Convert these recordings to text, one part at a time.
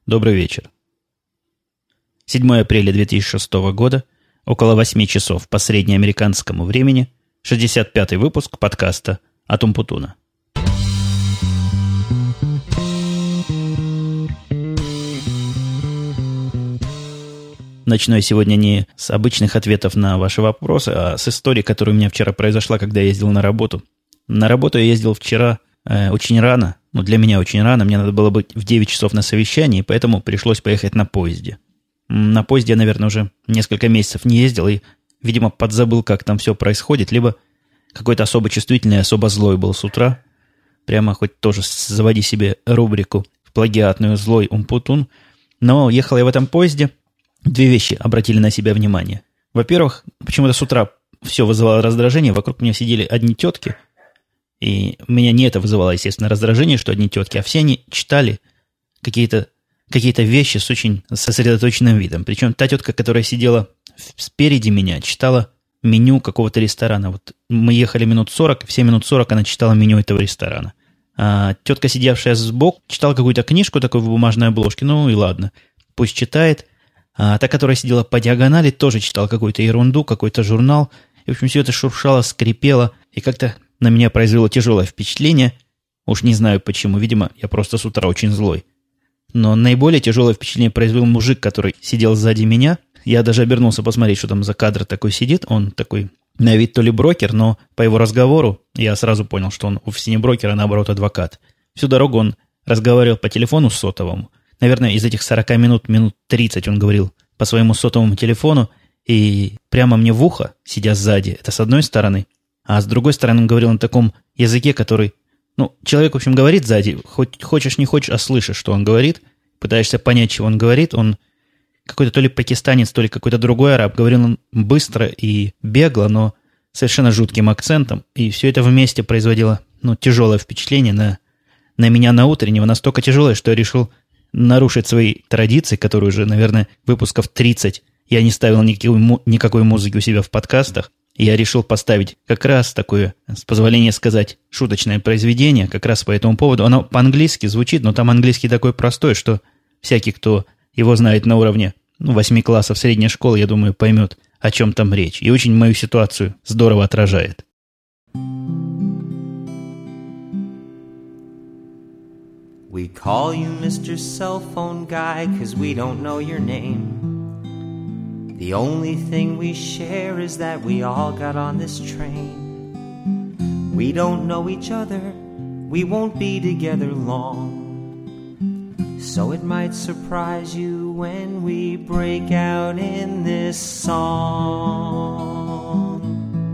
Добрый вечер. 7 апреля 2006 года, около 8 часов по среднеамериканскому времени, 65-й выпуск подкаста от Умпутуна. Начну я сегодня не с обычных ответов на ваши вопросы, а с истории, которая у меня вчера произошла, когда я ездил на работу. На работу я ездил вчера очень рано, для меня очень рано, мне надо было быть в 9 часов на совещании, поэтому пришлось поехать на поезде. На поезде я, наверное, уже несколько месяцев не ездил и, видимо, подзабыл, как там все происходит, либо какой-то особо чувствительный, особо злой был с утра. Прямо хоть тоже заводи себе рубрику в плагиатную «Злой Умпутун». Но ехал я в этом поезде, две вещи обратили на себя внимание. Во-первых, почему-то с утра все вызывало раздражение, вокруг меня сидели одни тетки, и меня не это вызывало, естественно, раздражение, что одни тетки, а все они читали какие-то вещи с очень сосредоточенным видом. Причем та тетка, которая сидела спереди меня, читала меню какого-то ресторана. Вот мы ехали минут 40, все минут 40 она читала меню этого ресторана. А тетка, сидевшая сбоку, читала какую-то книжку такой в бумажной обложке. Ну и ладно, пусть читает. А та, которая сидела по диагонали, тоже читала какую-то ерунду, какой-то журнал. И, в общем, все это шуршало, скрипело. И как-то на меня произвело тяжелое впечатление. Уж не знаю почему. Видимо, я просто с утра очень злой. Но наиболее тяжелое впечатление произвел мужик, который сидел сзади меня. Я даже обернулся посмотреть, что там за кадр такой сидит. Он такой на вид то ли брокер, но по его разговору я сразу понял, что он вовсе не брокер, а наоборот адвокат. Всю дорогу он разговаривал по телефону сотовому. Наверное, из этих 40 минут 30 он говорил по своему сотовому телефону. И прямо мне в ухо, сидя сзади, это с одной стороны. А с другой стороны он говорил на таком языке, который... человек, в общем, говорит сзади, хоть хочешь не хочешь, а слышишь, что он говорит. Пытаешься понять, чего он говорит. Он какой-то то ли пакистанец, то ли какой-то другой араб. Говорил он быстро и бегло, но совершенно жутким акцентом. И все это вместе производило тяжелое впечатление на меня на утреннего. Настолько тяжелое, что я решил нарушить свои традиции, которые уже, наверное, выпусков 30 я не ставил никакой музыки у себя в подкастах. Я решил поставить как раз такое, с позволения сказать, шуточное произведение, как раз по этому поводу. Оно по-английски звучит, но там английский такой простой, что всякий, кто его знает на уровне 8 классов средней школы, я думаю, поймет, о чем там речь. И очень мою ситуацию здорово отражает. We call you Mr. Cell Phone Guy 'cause we don't know your name. The only thing we share is that we all got on this train. We don't know each other, we won't be together long. So it might surprise you when we break out in this song.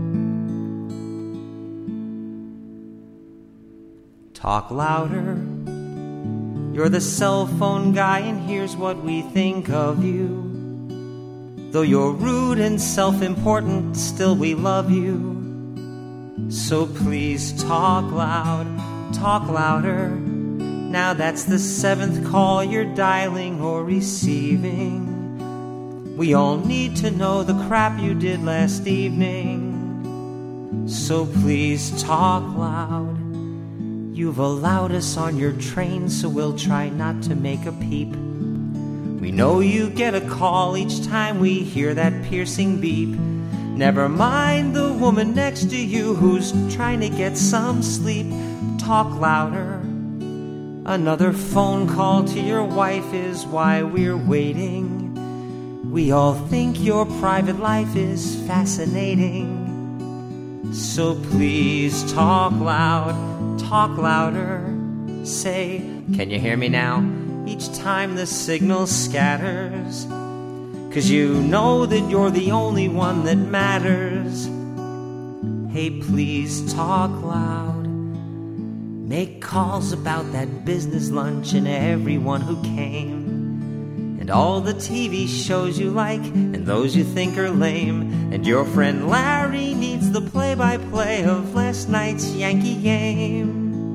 Talk louder, you're the cell phone guy, and here's what we think of you. Though you're rude and self-important, still we love you. So please talk loud, talk louder. Now that's the 7th call you're dialing or receiving. We all need to know the crap you did last evening. So please talk loud. You've allowed us on your train, so we'll try not to make a peep. We know you get a call each time we hear that piercing beep. Never mind the woman next to you who's trying to get some sleep. Talk louder. Another phone call to your wife is why we're waiting. We all think your private life is fascinating. So please talk loud, talk louder. Say, can you hear me now? Each time the signal scatters, 'cause you know that you're the only one that matters. Hey, please talk loud. Make calls about that business lunch and everyone who came, and all the TV shows you like and those you think are lame, and your friend Larry needs the play-by-play of last night's Yankee game.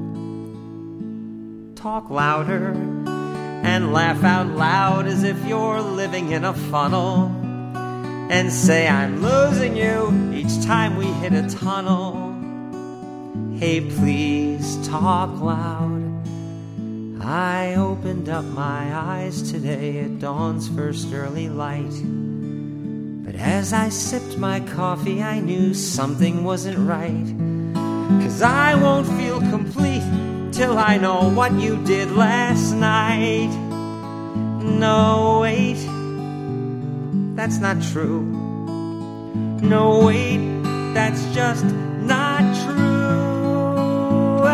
Talk louder and laugh out loud as if you're living in a funnel, and say I'm losing you each time we hit a tunnel. Hey, please talk loud. I opened up my eyes today at dawn's first early light. But as I sipped my coffee, I knew something wasn't right. 'Cause I won't feel complete till I know what you did last night. No, wait, that's not true. No, wait, that's just not true.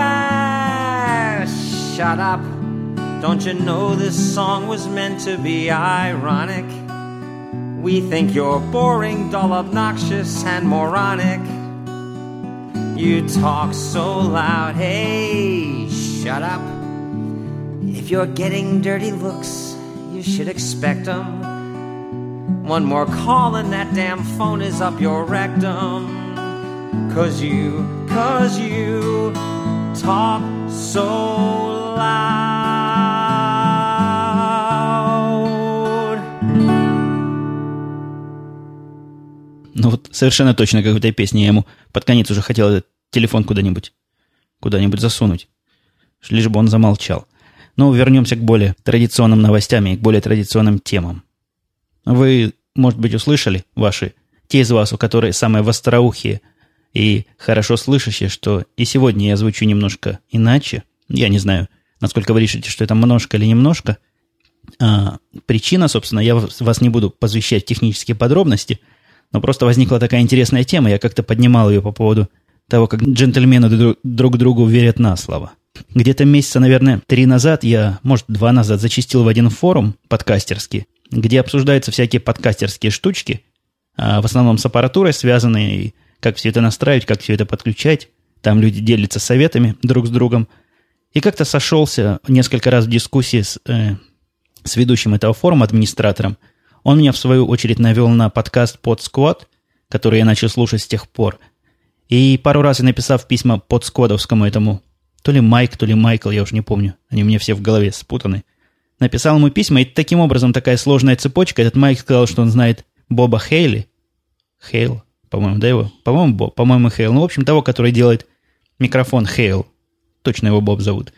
Shut up. Don't you know this song was meant to be ironic? We think you're boring, dull, obnoxious, and moronic. You talk so loud, hey, shut up. If you're getting dirty looks, you should expect them. One more call and that damn phone is up your rectum. 'Cause you talk so loud. Ну вот совершенно точно, как в этой песне. Я ему под конец уже хотел этот телефон куда-нибудь засунуть. Лишь бы он замолчал. Но вернемся к более традиционным новостям и к более традиционным темам. Вы, может быть, услышали, те из вас, у которых самые востроухие и хорошо слышащие, что и сегодня я звучу немножко иначе. Я не знаю, насколько вы решите, что это множко или немножко. Причина, собственно, я вас не буду посвящать в технические подробности, но просто возникла такая интересная тема, я как-то поднимал ее по поводу того, как джентльмены друг другу верят на слово. Где-то месяца, наверное, 3 назад, может 2 назад, зачастил в один форум подкастерский, где обсуждаются всякие подкастерские штучки, в основном с аппаратурой связанные, как все это настраивать, как все это подключать. Там люди делятся советами друг с другом. И как-то сошелся несколько раз в дискуссии с ведущим этого форума, администратором. Он меня, в свою очередь, навел на подкаст PodSquad, который я начал слушать с тех пор. И пару раз, написав письма подсквадовскому этому, то ли Майк, то ли Майкл, я уже не помню, они у меня все в голове спутаны, написал ему письма, и таким образом такая сложная цепочка. Этот Майк сказал, что он знает Боба Хейли. Хейл, по-моему, да его? По-моему, Боб, по-моему, Хейл. Ну, в общем, того, который делает микрофон Хейл. Точно его Боб зовут.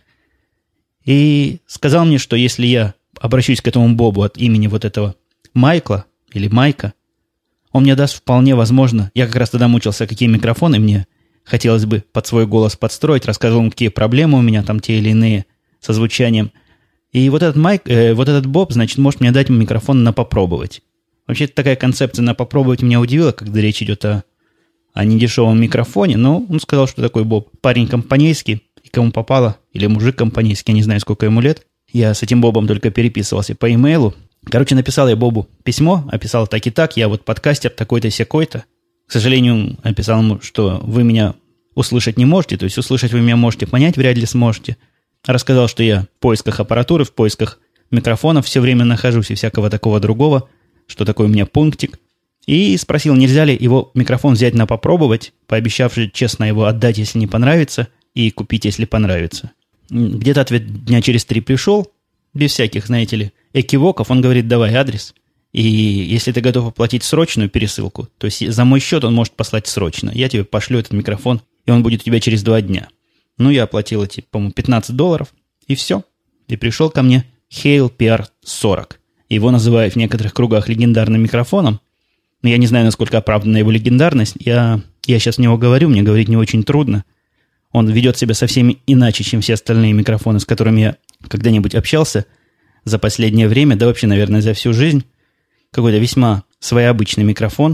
И сказал мне, что если я обращусь к этому Бобу от имени вот этого Майкла или Майка, он мне даст вполне возможно, я как раз тогда мучился, какие микрофоны мне хотелось бы под свой голос подстроить, рассказывал ему, какие проблемы у меня там те или иные со звучанием. И вот этот Боб, значит, может мне дать микрофон на попробовать. Вообще такая концепция на попробовать меня удивила, когда речь идет о недешевом микрофоне, но он сказал, что такой Боб парень компанейский, и кому попало, или мужик компанейский, я не знаю, сколько ему лет. Я с этим Бобом только переписывался по имейлу. Короче, написал я Бобу письмо, описал так и так, я вот подкастер такой-то сякой-то. К сожалению, описал ему, что вы меня услышать не можете, то есть услышать вы меня можете, понять вряд ли сможете. Рассказал, что я в поисках аппаратуры, в поисках микрофонов все время нахожусь и всякого такого другого, что такой у меня пунктик. И спросил, нельзя ли его микрофон взять на попробовать, пообещавши честно его отдать, если не понравится, и купить, если понравится. Где-то ответ дня через 3 пришел, без всяких, знаете ли, экивоков. Он говорит, давай адрес, и если ты готов оплатить срочную пересылку, то есть за мой счет он может послать срочно. Я тебе пошлю этот микрофон, и он будет у тебя через 2 дня. Ну, я оплатил эти, по-моему, $15, и все. И пришел ко мне Hale PR40. Его называют в некоторых кругах легендарным микрофоном. Но я не знаю, насколько оправдана его легендарность. Я сейчас в него говорю, мне говорить не очень трудно. Он ведет себя совсем иначе, чем все остальные микрофоны, с которыми я когда-нибудь общался за последнее время, да вообще, наверное, за всю жизнь. Какой-то весьма своеобычный микрофон.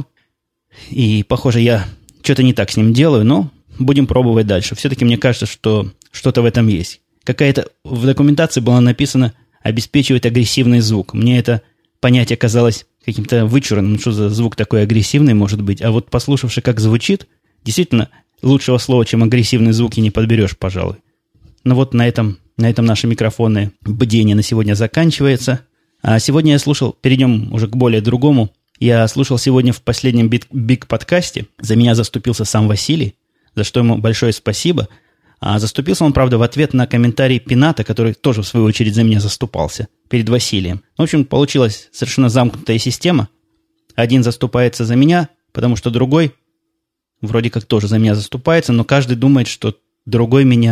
И, похоже, я что-то не так с ним делаю, но будем пробовать дальше. Все-таки мне кажется, что что-то в этом есть. Какая-то в документации было написано «обеспечивает агрессивный звук». Мне это понятие казалось каким-то вычурным. Что за звук такой агрессивный может быть? А вот послушавши, как звучит, действительно, лучшего слова, чем агрессивный звук, и не подберешь, пожалуй. Но вот на этом наше микрофонное бдение на сегодня заканчивается. А сегодня я слушал, перейдем уже к более другому. Я слушал сегодня в последнем Биг-подкасте. За меня заступился сам Василий, за что ему большое спасибо. А заступился он, правда, в ответ на комментарий Пината, который тоже, в свою очередь, за меня заступался перед Василием. В общем, получилась совершенно замкнутая система. Один заступается за меня, потому что другой вроде как тоже за меня заступается, но каждый думает, что другой меня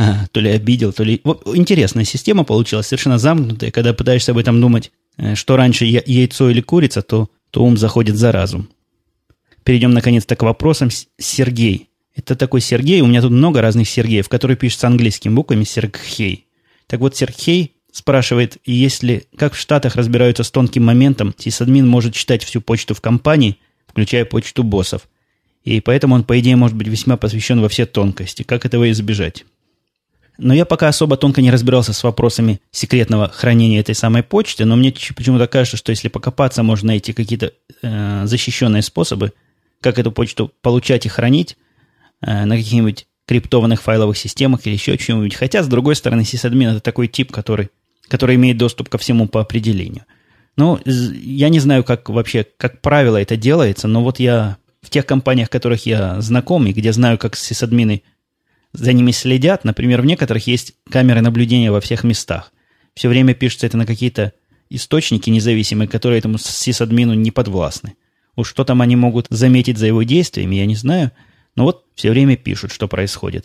то ли обидел, то ли... Вот, интересная система получилась, совершенно замкнутая. Когда пытаешься об этом думать, что раньше яйцо или курица, то ум заходит за разум. Перейдем, наконец-то, к вопросам. Сергей. Это такой Сергей, у меня тут много разных Сергеев, которые пишутся английскими буквами Сергей. Так вот, Сергей спрашивает, как в Штатах разбираются с тонким моментом, сисадмин может читать всю почту в компании, включая почту боссов. И поэтому он, по идее, может быть весьма посвящен во все тонкости. Как этого избежать? Но я пока особо тонко не разбирался с вопросами секретного хранения этой самой почты, но мне почему-то кажется, что если покопаться, можно найти какие-то защищенные способы, как эту почту получать и хранить на каких-нибудь криптованных файловых системах или еще чему-нибудь. Хотя, с другой стороны, сисадмин – это такой тип, который имеет доступ ко всему по определению. Ну, я не знаю, как правило это делается, но вот я в тех компаниях, в которых я знаком, и где знаю, как сисадмины за ними следят, например, в некоторых есть камеры наблюдения во всех местах. Все время пишется это на какие-то источники независимые, которые этому сисадмину не подвластны. Уж что там они могут заметить за его действиями, я не знаю. Но вот все время пишут, что происходит.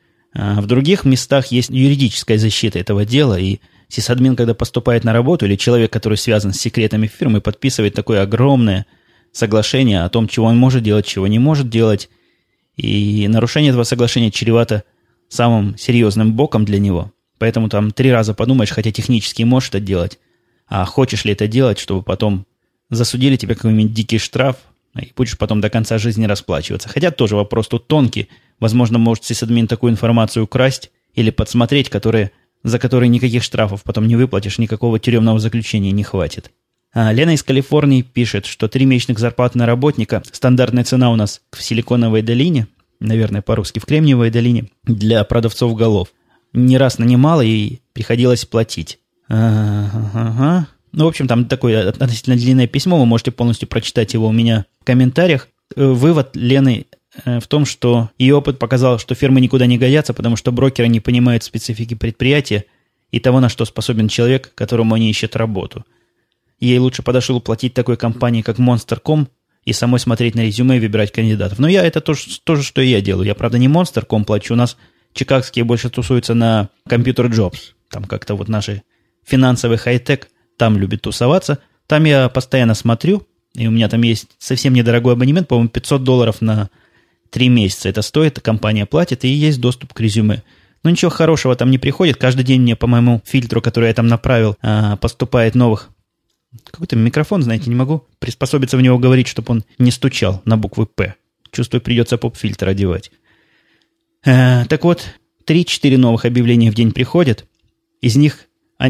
А в других местах есть юридическая защита этого дела, и сисадмин, когда поступает на работу, или человек, который связан с секретами фирмы, подписывает такое огромное соглашение о том, чего он может делать, чего не может делать. И нарушение этого соглашения чревато самым серьезным боком для него. Поэтому там 3 раза подумаешь, хотя технически можешь это делать. А хочешь ли это делать, чтобы потом засудили тебе какой-нибудь дикий штраф, и будешь потом до конца жизни расплачиваться. Хотя тоже вопрос тут тонкий. Возможно, может сисадмин такую информацию украсть или подсмотреть, за которые никаких штрафов потом не выплатишь, никакого тюремного заключения не хватит. А Лена из Калифорнии пишет, что 3 месячных зарплаты на работника, стандартная цена у нас в Силиконовой долине, наверное, по-русски в Кремниевой долине, для продавцов голов. Не раз нанимала и приходилось платить. Ага. Ну, в общем, там такое относительно длинное письмо, вы можете полностью прочитать его у меня в комментариях. Вывод Лены в том, что ее опыт показал, что фирмы никуда не годятся, потому что брокеры не понимают специфики предприятия и того, на что способен человек, которому они ищут работу. Ей лучше подошло платить такой компании, как Monster.com, и самой смотреть на резюме и выбирать кандидатов. Но это тоже, что и я делаю. Я, правда, не Monster.com плачу, у нас чикагские больше тусуются на Computer Jobs. Там как-то вот наши финансовый хай-тек там любит тусоваться. Там я постоянно смотрю, и у меня там есть совсем недорогой абонемент, по-моему, $500 на 3 месяца. Это стоит, компания платит, и есть доступ к резюме. Но ничего хорошего там не приходит. Каждый день мне по моему фильтру, который я там направил, поступает новых. Какой-то микрофон, знаете, не могу приспособиться в него говорить, чтобы он не стучал на буквы «П». Чувствую, придется поп-фильтр одевать. Так вот, 3-4 новых объявления в день приходят. Из них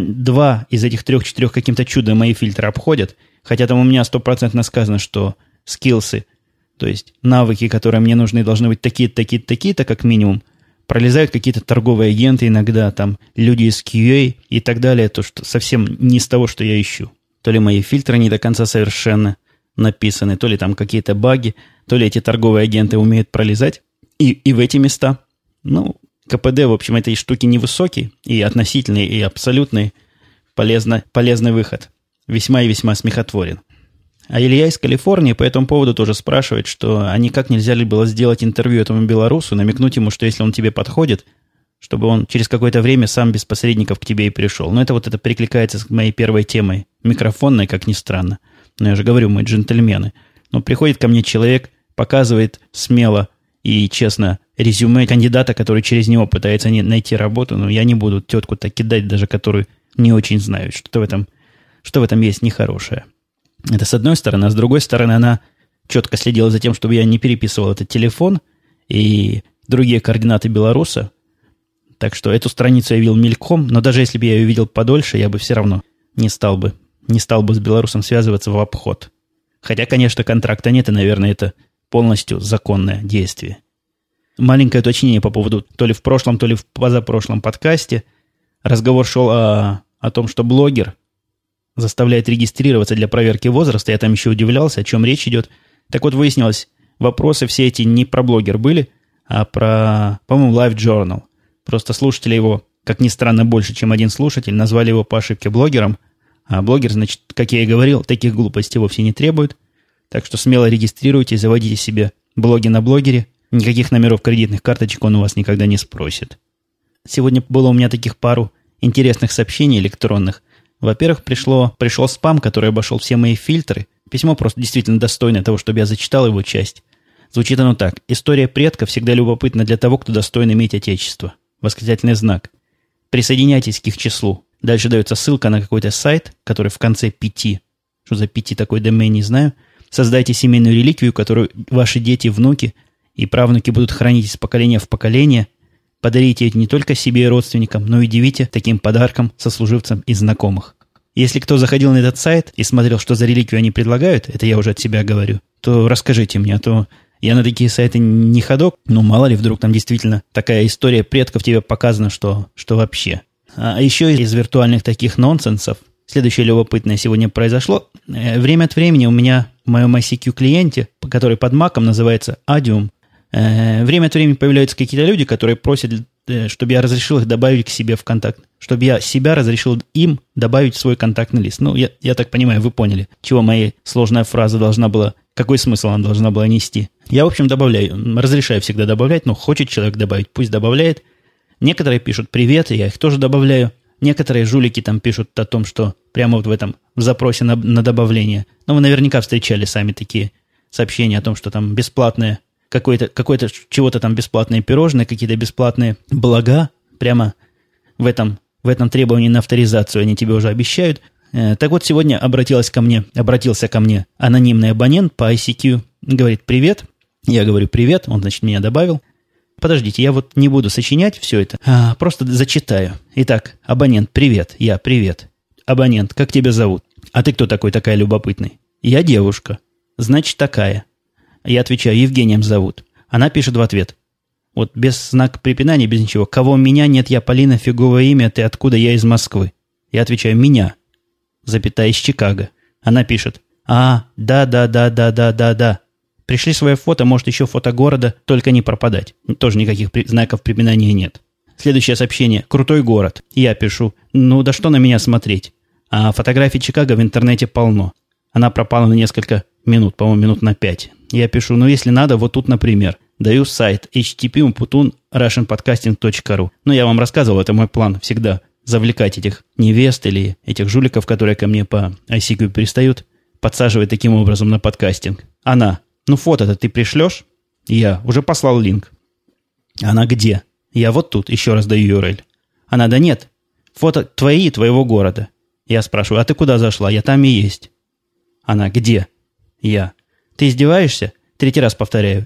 2 из этих 3-4 каким-то чудом мои фильтры обходят, хотя там у меня 100% сказано, что скиллсы, то есть навыки, которые мне нужны, должны быть такие-то, такие-то, такие-то, как минимум. Пролезают какие-то торговые агенты иногда, там люди из QA и так далее, то, что совсем не из того, что я ищу. То ли мои фильтры не до конца совершенно написаны, то ли там какие-то баги, то ли эти торговые агенты умеют пролезать и в эти места. Ну, КПД, в общем, этой штуки невысокий и относительный, и абсолютный полезный выход. Весьма и весьма смехотворен. А Илья из Калифорнии по этому поводу тоже спрашивает, что а никак нельзя ли было сделать интервью этому белорусу, намекнуть ему, что если он тебе подходит, чтобы он через какое-то время сам без посредников к тебе и пришел. Но это перекликается с моей первой темой, микрофонной, как ни странно. Но я же говорю, мы джентльмены. Но приходит ко мне человек, показывает смело и честно резюме кандидата, который через него пытается найти работу, но я не буду тетку так кидать, даже которую не очень знаю, что в этом есть нехорошее. Это с одной стороны, а с другой стороны, она четко следила за тем, чтобы я не переписывал этот телефон и другие координаты белоруса. Так что эту страницу я видел мельком, но даже если бы я ее видел подольше, я бы все равно не стал бы с белорусом связываться в обход. Хотя, конечно, контракта нет, и, наверное, это полностью законное действие. Маленькое уточнение по поводу то ли в прошлом, то ли в позапрошлом подкасте. Разговор шел о том, что блогер заставляет регистрироваться для проверки возраста. Я там еще удивлялся, о чем речь идет. Так вот, выяснилось, вопросы все эти не про блогер были, а про, по-моему, LiveJournal. Просто слушатели его, как ни странно, больше, чем один слушатель, назвали его по ошибке блогером. А блогер, значит, как я и говорил, таких глупостей вовсе не требует. Так что смело регистрируйтесь, заводите себе блоги на блогере. Никаких номеров кредитных карточек он у вас никогда не спросит. сегодня было у меня таких пару интересных сообщений электронных. Во-первых, пришел спам, который обошел все мои фильтры. Письмо просто действительно достойное того, чтобы я зачитал его часть. Звучит оно так. История предков всегда любопытна для того, кто достоин иметь отечество. Восклицательный знак. Присоединяйтесь к их числу. Дальше дается ссылка на какой-то сайт, который в конце 5. Что за 5 такой домен, не знаю. Создайте семейную реликвию, которую ваши дети, внуки и правнуки будут хранить из поколения в поколение. Подарите это не только себе и родственникам, но и удивите таким подарком сослуживцам и знакомых. Если кто заходил на этот сайт и смотрел, что за реликвию они предлагают, это я уже от себя говорю, то расскажите мне, а то я на такие сайты не ходок, но мало ли вдруг там действительно такая история предков тебе показана, что вообще. А еще из виртуальных таких нонсенсов, следующее любопытное сегодня произошло. Время от времени у меня в моем ICQ-клиенте, который под Mac'ом называется Adium, время от времени появляются какие-то люди, которые просят, чтобы я разрешил их добавить к себе в контакт, чтобы я себя разрешил им добавить в свой контактный лист. Ну, я так понимаю, вы поняли, чего моя сложная фраза должна была, какой смысл она должна была нести. Я, в общем, добавляю, разрешаю всегда добавлять, но хочет человек добавить, пусть добавляет. Некоторые пишут «привет», я их тоже добавляю. Некоторые жулики там пишут о том, что прямо вот в запросе на добавление. Но вы наверняка встречали сами такие сообщения о том, что там бесплатное, какое-то чего-то там бесплатные пирожные, какие-то бесплатные блага. Прямо в этом требовании на авторизацию они тебе уже обещают. Так вот, сегодня обратился ко мне анонимный абонент по ICQ. Говорит «привет». Я говорю «привет», он, значит, меня добавил. Подождите, я вот не буду сочинять все это, просто зачитаю. Итак, абонент, привет, я, привет. Абонент, как тебя зовут? А ты кто такой, такая любопытный? Я девушка. Значит, такая. Я отвечаю, Евгением зовут. Она пишет в ответ. Вот без знака препинания, без ничего. Кого меня нет, я Полина, фиговое имя, ты откуда, я из Москвы. Я отвечаю, меня. Запятая, из Чикаго. Она пишет, да. Пришли свое фото, может, еще фото города, только не пропадать. Тоже никаких знаков препинания нет. Следующее сообщение. Крутой город. Я пишу. Ну, да что на меня смотреть? А фотографий Чикаго в интернете полно. Она пропала на несколько минут, по-моему, минут на 5. Я пишу, ну, если надо, вот тут, например. Даю сайт http://russianpodcasting.ru. Ну, я вам рассказывал, это мой план. Всегда завлекать этих невест или этих жуликов, которые ко мне по ICQ пристают, подсаживать таким образом на подкастинг. Она. Ну, фото-то ты пришлешь? Я уже послал линк. Она где? Я вот тут, еще раз даю URL. Она, да нет, фото твои и твоего города. Я спрашиваю, а ты куда зашла? Я там и есть. Она, где? Я. Ты издеваешься? 3 раз повторяю.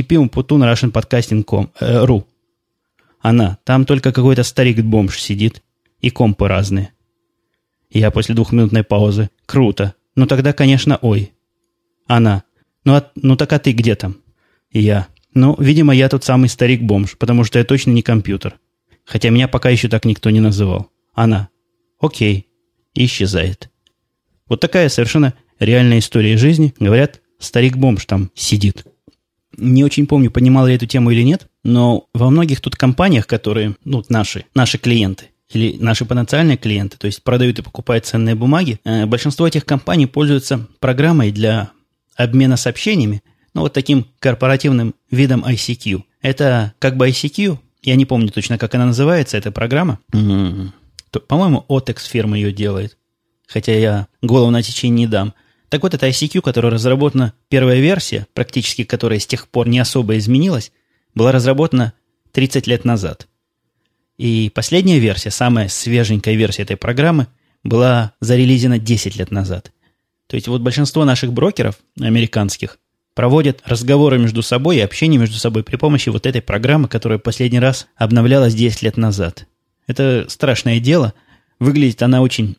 http://russianpodcasting.ru. Она, там только какой-то старик-бомж сидит. И компы разные. Я после 2-минутной паузы. Круто. Ну тогда, конечно, ой. Она. Ну так а ты где там? Я. Ну, видимо, я тот самый старик-бомж, потому что я точно не компьютер. Хотя меня пока еще так никто не называл. Она. Окей. И исчезает. Вот такая совершенно реальная история жизни. Говорят, старик-бомж там сидит. Не очень помню, понимал я эту тему или нет, но во многих тут компаниях, которые, ну, наши клиенты, или наши потенциальные клиенты, то есть продают и покупают ценные бумаги, большинство этих компаний пользуются программой для обмена сообщениями, ну, вот таким корпоративным видом ICQ. Это как бы ICQ, я не помню точно, как она называется, эта программа. По-моему, Otex фирма ее делает, хотя я голову на отсечение не дам. Так вот, это ICQ, которая разработана, первая версия, практически которая с тех пор не особо изменилась, была разработана 30 лет назад. И последняя версия, самая свеженькая версия этой программы, была зарелизена 10 лет назад. То есть вот большинство наших брокеров американских проводят разговоры между собой и общение между собой при помощи вот этой программы, которая последний раз обновлялась 10 лет назад. Это страшное дело. Выглядит она очень...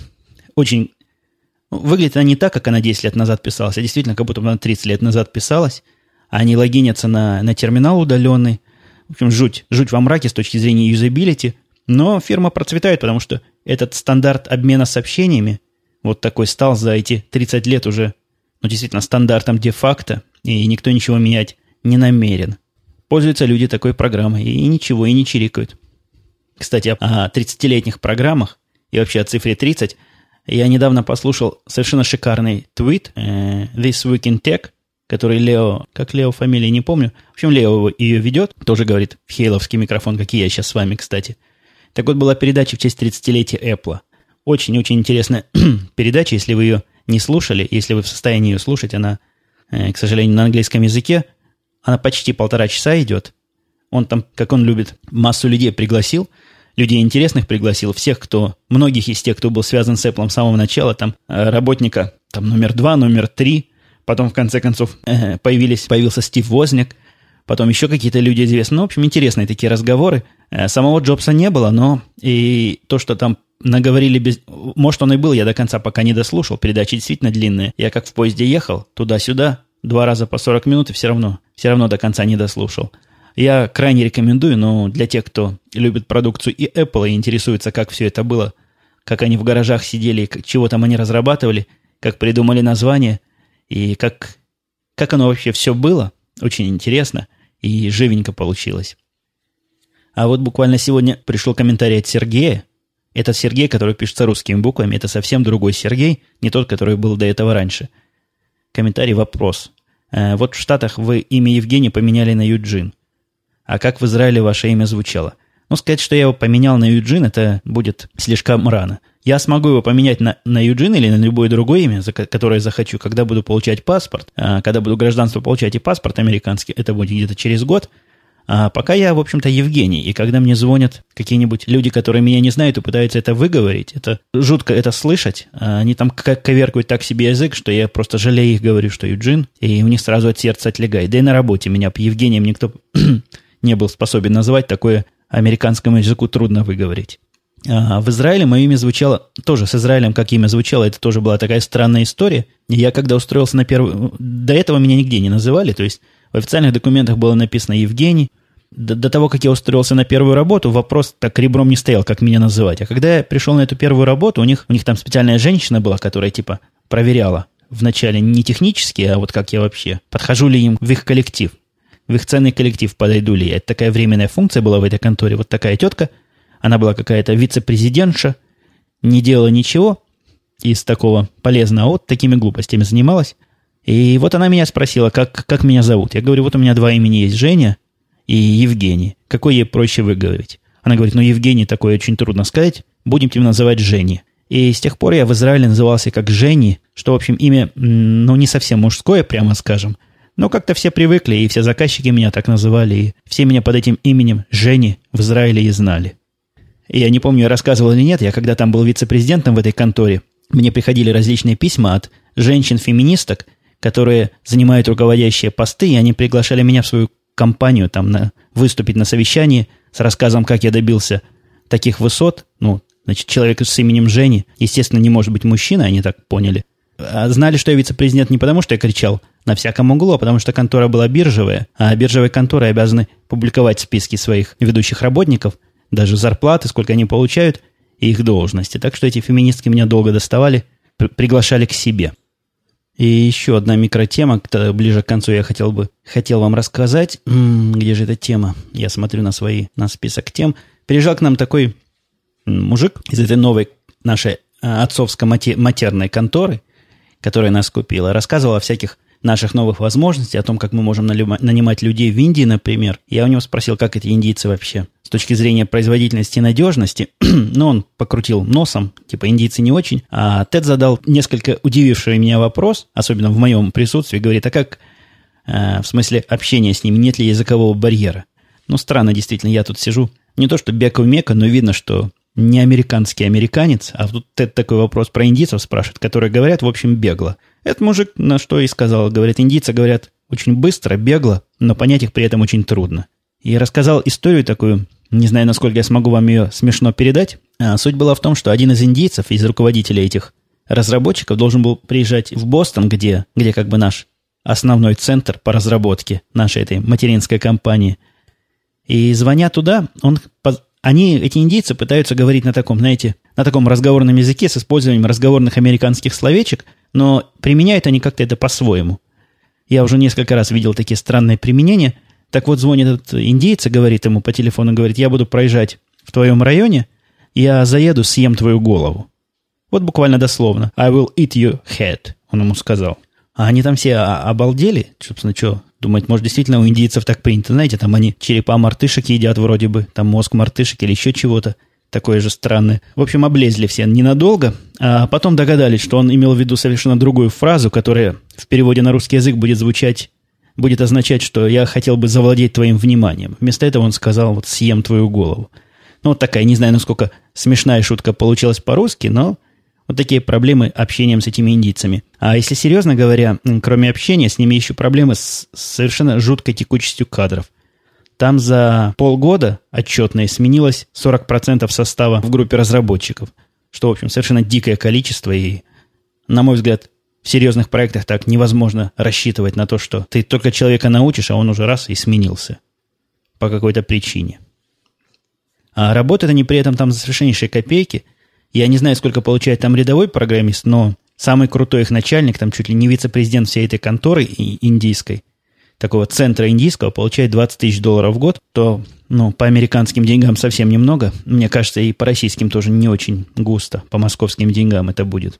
Выглядит она не так, как она 10 лет назад писалась, а действительно, как будто она 30 лет назад писалась. Они логинятся на терминал удаленный. В общем, жуть во мраке с точки зрения юзабилити. Но фирма процветает, потому что этот стандарт обмена сообщениями вот такой стал за эти 30 лет уже, ну, действительно, стандартом де-факто, и никто ничего менять не намерен. Пользуются люди такой программой, и ничего, и не чирикают. Кстати, о 30-летних программах и вообще о цифре 30 я недавно послушал совершенно шикарный твит This Week in Tech, который Лео, как Лео фамилия, не помню. В общем, Лео ее ведет, тоже говорит в хейловский микрофон, как и я сейчас с вами, кстати. Так вот, была передача в честь 30-летия Apple. Очень-очень интересная передача, если вы ее не слушали, если вы в состоянии ее слушать, она, к сожалению, на английском языке, она почти 1,5 часа идет. Он там, как он любит, массу людей пригласил, людей интересных пригласил, многих из тех, кто был связан с Apple с самого начала, там, работника, там, номер 2, номер 3, потом, в конце концов, появился Стив Возняк, потом еще какие-то люди известные. Ну, в общем, интересные такие разговоры. Самого Джобса не было, но и то, что там наговорили Может, он и был, я до конца пока не дослушал, передача действительно длинная. Я как в поезде ехал, туда-сюда, 2 раза по 40 минут, и все равно до конца не дослушал. Я крайне рекомендую, но для тех, кто любит продукцию и Apple, и интересуется, как все это было, как они в гаражах сидели, чего там они разрабатывали, как придумали название, и как оно вообще все было, очень интересно и живенько получилось. А вот буквально сегодня пришел комментарий от Сергея. Это Сергей, который пишется русскими буквами, это совсем другой Сергей, не тот, который был до этого раньше. Комментарий, вопрос. Вот в Штатах вы имя Евгений поменяли на Юджин. А как в Израиле ваше имя звучало? Ну, сказать, что я его поменял на Юджин, это будет слишком рано. Я смогу его поменять на Юджин или на любое другое имя, которое захочу, когда буду получать паспорт, когда буду гражданство получать и паспорт американский, это будет где-то через год. А пока я, в общем-то, Евгений, и когда мне звонят какие-нибудь люди, которые меня не знают и пытаются это выговорить, это жутко это слышать, они там коверкают так себе язык, что я просто жалею их, говорю, что Юджин, и у них сразу от сердца отлегает. Да и на работе меня Евгением никто не был способен назвать, такое американскому языку трудно выговорить. А в Израиле мое имя звучало, тоже с Израилем как имя звучало, это тоже была такая странная история. И я когда устроился на первую... До этого меня нигде не называли, то есть в официальных документах было написано Евгений. До того, как я устроился на первую работу, вопрос так ребром не стоял, как меня называть. А когда я пришел на эту первую работу, у них там специальная женщина была, которая типа проверяла вначале не технически, а вот как я вообще, подхожу ли им в их коллектив, в их ценный коллектив подойду ли я. Это такая временная функция была в этой конторе. Вот такая тетка, она была какая-то вице-президентша, не делала ничего из такого полезного, вот такими глупостями занималась. И вот она меня спросила, как меня зовут. Я говорю, вот у меня 2 имени есть, Женя и Евгений. Какое ей проще выговорить? Она говорит, Евгений такое очень трудно сказать, будем тебя называть Женей. И с тех пор я в Израиле назывался как Жени, что, в общем, имя, не совсем мужское, прямо скажем. Но как-то все привыкли, и все заказчики меня так называли, и все меня под этим именем Жени в Израиле и знали. И я не помню, я рассказывал или нет, я когда там был вице-президентом в этой конторе, мне приходили различные письма от женщин-феминисток, которые занимают руководящие посты, и они приглашали меня в свою компанию там выступить на совещании с рассказом, как я добился таких высот. Значит, человек с именем Жени, естественно, не может быть мужчиной, они так поняли. А знали, что я вице-президент не потому, что я кричал на всяком углу, а потому что контора была биржевая, а биржевые конторы обязаны публиковать списки своих ведущих работников, даже зарплаты, сколько они получают, и их должности. Так что эти феминистки меня долго доставали, приглашали к себе. И еще одна микротема, ближе к концу я хотел вам рассказать. Где же эта тема? Я смотрю на список тем. Приезжал к нам такой мужик из этой новой нашей отцовско-матерной конторы, которая нас купила, рассказывал о всяких наших новых возможностях, о том, как мы можем нанимать людей в Индии, например. Я у него спросил, как эти индийцы вообще с точки зрения производительности и надежности. Но он покрутил носом, типа индийцы не очень. А Тед задал несколько удививший меня вопрос, особенно в моем присутствии, говорит, а как в смысле общения с ними, нет ли языкового барьера? Странно, действительно, я тут сижу, не то что бека-мека, но видно, что не американский американец, а тут Тед такой вопрос про индийцев спрашивает, которые говорят, в общем, бегло. Этот мужик на что и сказал, говорит, индийцы говорят очень быстро, бегло, но понять их при этом очень трудно. И рассказал историю такую, не знаю, насколько я смогу вам ее смешно передать. Суть была в том, что один из индийцев, из руководителей этих разработчиков, должен был приезжать в Бостон, где как бы наш основной центр по разработке нашей этой материнской компании. И звоня туда, эти индийцы пытаются говорить на таком, знаете, на таком разговорном языке с использованием разговорных американских словечек, но применяют они как-то это по-своему. Я уже несколько раз видел такие странные применения. Так вот, звонит этот индейец и говорит ему по телефону, говорит, я буду проезжать в твоем районе, я заеду, съем твою голову. Вот буквально дословно. I will eat your head, он ему сказал. А они там все обалдели. Собственно, что думать, может, действительно у индийцев так принято. Знаете, там они черепа мартышек едят вроде бы, там мозг мартышек или еще чего-то такое же странное. В общем, облезли все ненадолго, а потом догадались, что он имел в виду совершенно другую фразу, которая в переводе на русский язык будет означать, что я хотел бы завладеть твоим вниманием. Вместо этого он сказал, вот съем твою голову. Ну, вот такая, не знаю, насколько смешная шутка получилась по-русски, но вот такие проблемы общением с этими индийцами. А если серьезно говоря, кроме общения, с ними еще проблемы с совершенно жуткой текучестью кадров. Там за полгода отчетное сменилось 40% состава в группе разработчиков, что, в общем, совершенно дикое количество, и, на мой взгляд, в серьезных проектах так невозможно рассчитывать на то, что ты только человека научишь, а он уже раз и сменился по какой-то причине. А работают они при этом там за совершеннейшие копейки. Я не знаю, сколько получает там рядовой программист, но самый крутой их начальник, там чуть ли не вице-президент всей этой конторы индийской, такого центра индийского, получает $20 тысяч в год, то, по американским деньгам совсем немного. Мне кажется, и по российским тоже не очень густо, по московским деньгам это будет.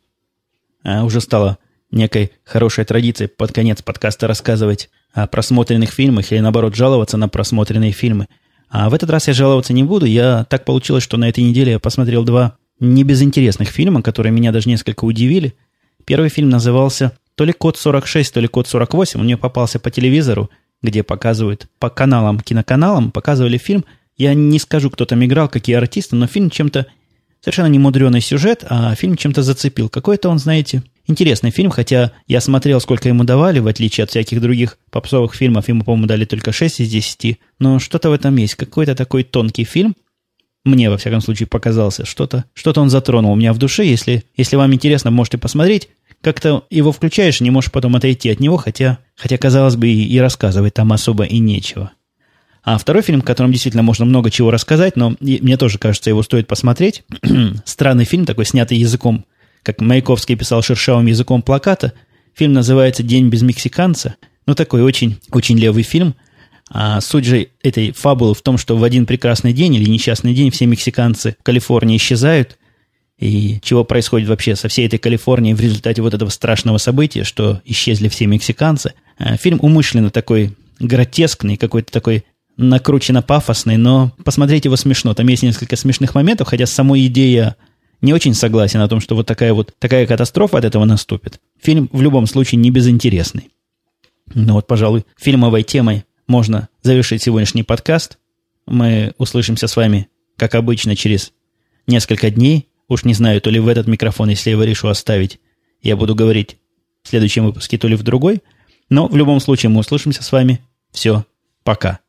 А уже стало некой хорошей традицией под конец подкаста рассказывать о просмотренных фильмах или, наоборот, жаловаться на просмотренные фильмы. А в этот раз я жаловаться не буду. Так получилось, что на этой неделе я посмотрел 2 небезынтересных фильма, которые меня даже несколько удивили. Первый фильм назывался то ли «Код 46», то ли «Код 48». Он мне попался по телевизору, где показывают, по киноканалам показывали фильм. Я не скажу, кто там играл, какие артисты, но фильм чем-то совершенно немудренный сюжет, а фильм чем-то зацепил. Какой-то он, знаете, интересный фильм, хотя я смотрел, сколько ему давали, в отличие от всяких других попсовых фильмов, ему, по-моему, дали только 6 из 10, но что-то в этом есть. Какой-то такой тонкий фильм, мне, во всяком случае, показался. Что-то он затронул у меня в душе. Если вам интересно, можете посмотреть. Как-то его включаешь, не можешь потом отойти от него, хотя казалось бы, и рассказывать там особо и нечего. А второй фильм, в котором действительно можно много чего рассказать, но мне тоже кажется, его стоит посмотреть. Странный фильм, такой снятый языком, как Маяковский писал шершавым языком плаката. Фильм называется «День без мексиканца». Такой очень, очень левый фильм. А суть же этой фабулы в том, что в один прекрасный день или несчастный день все мексиканцы в Калифорнии исчезают. И чего происходит вообще со всей этой Калифорнией в результате вот этого страшного события, что исчезли все мексиканцы. Фильм умышленно такой гротескный, какой-то такой накрученно пафосный, но посмотреть его смешно. Там есть несколько смешных моментов, хотя с самой идеей я не очень согласен о том, что вот такая катастрофа от этого наступит. Фильм в любом случае не безинтересный. Пожалуй, фильмовой темой можно завершить сегодняшний подкаст. Мы услышимся с вами, как обычно, через несколько дней. Уж не знаю, то ли в этот микрофон, если я его решу оставить, я буду говорить в следующем выпуске, то ли в другой. Но в любом случае мы услышимся с вами. Все, пока.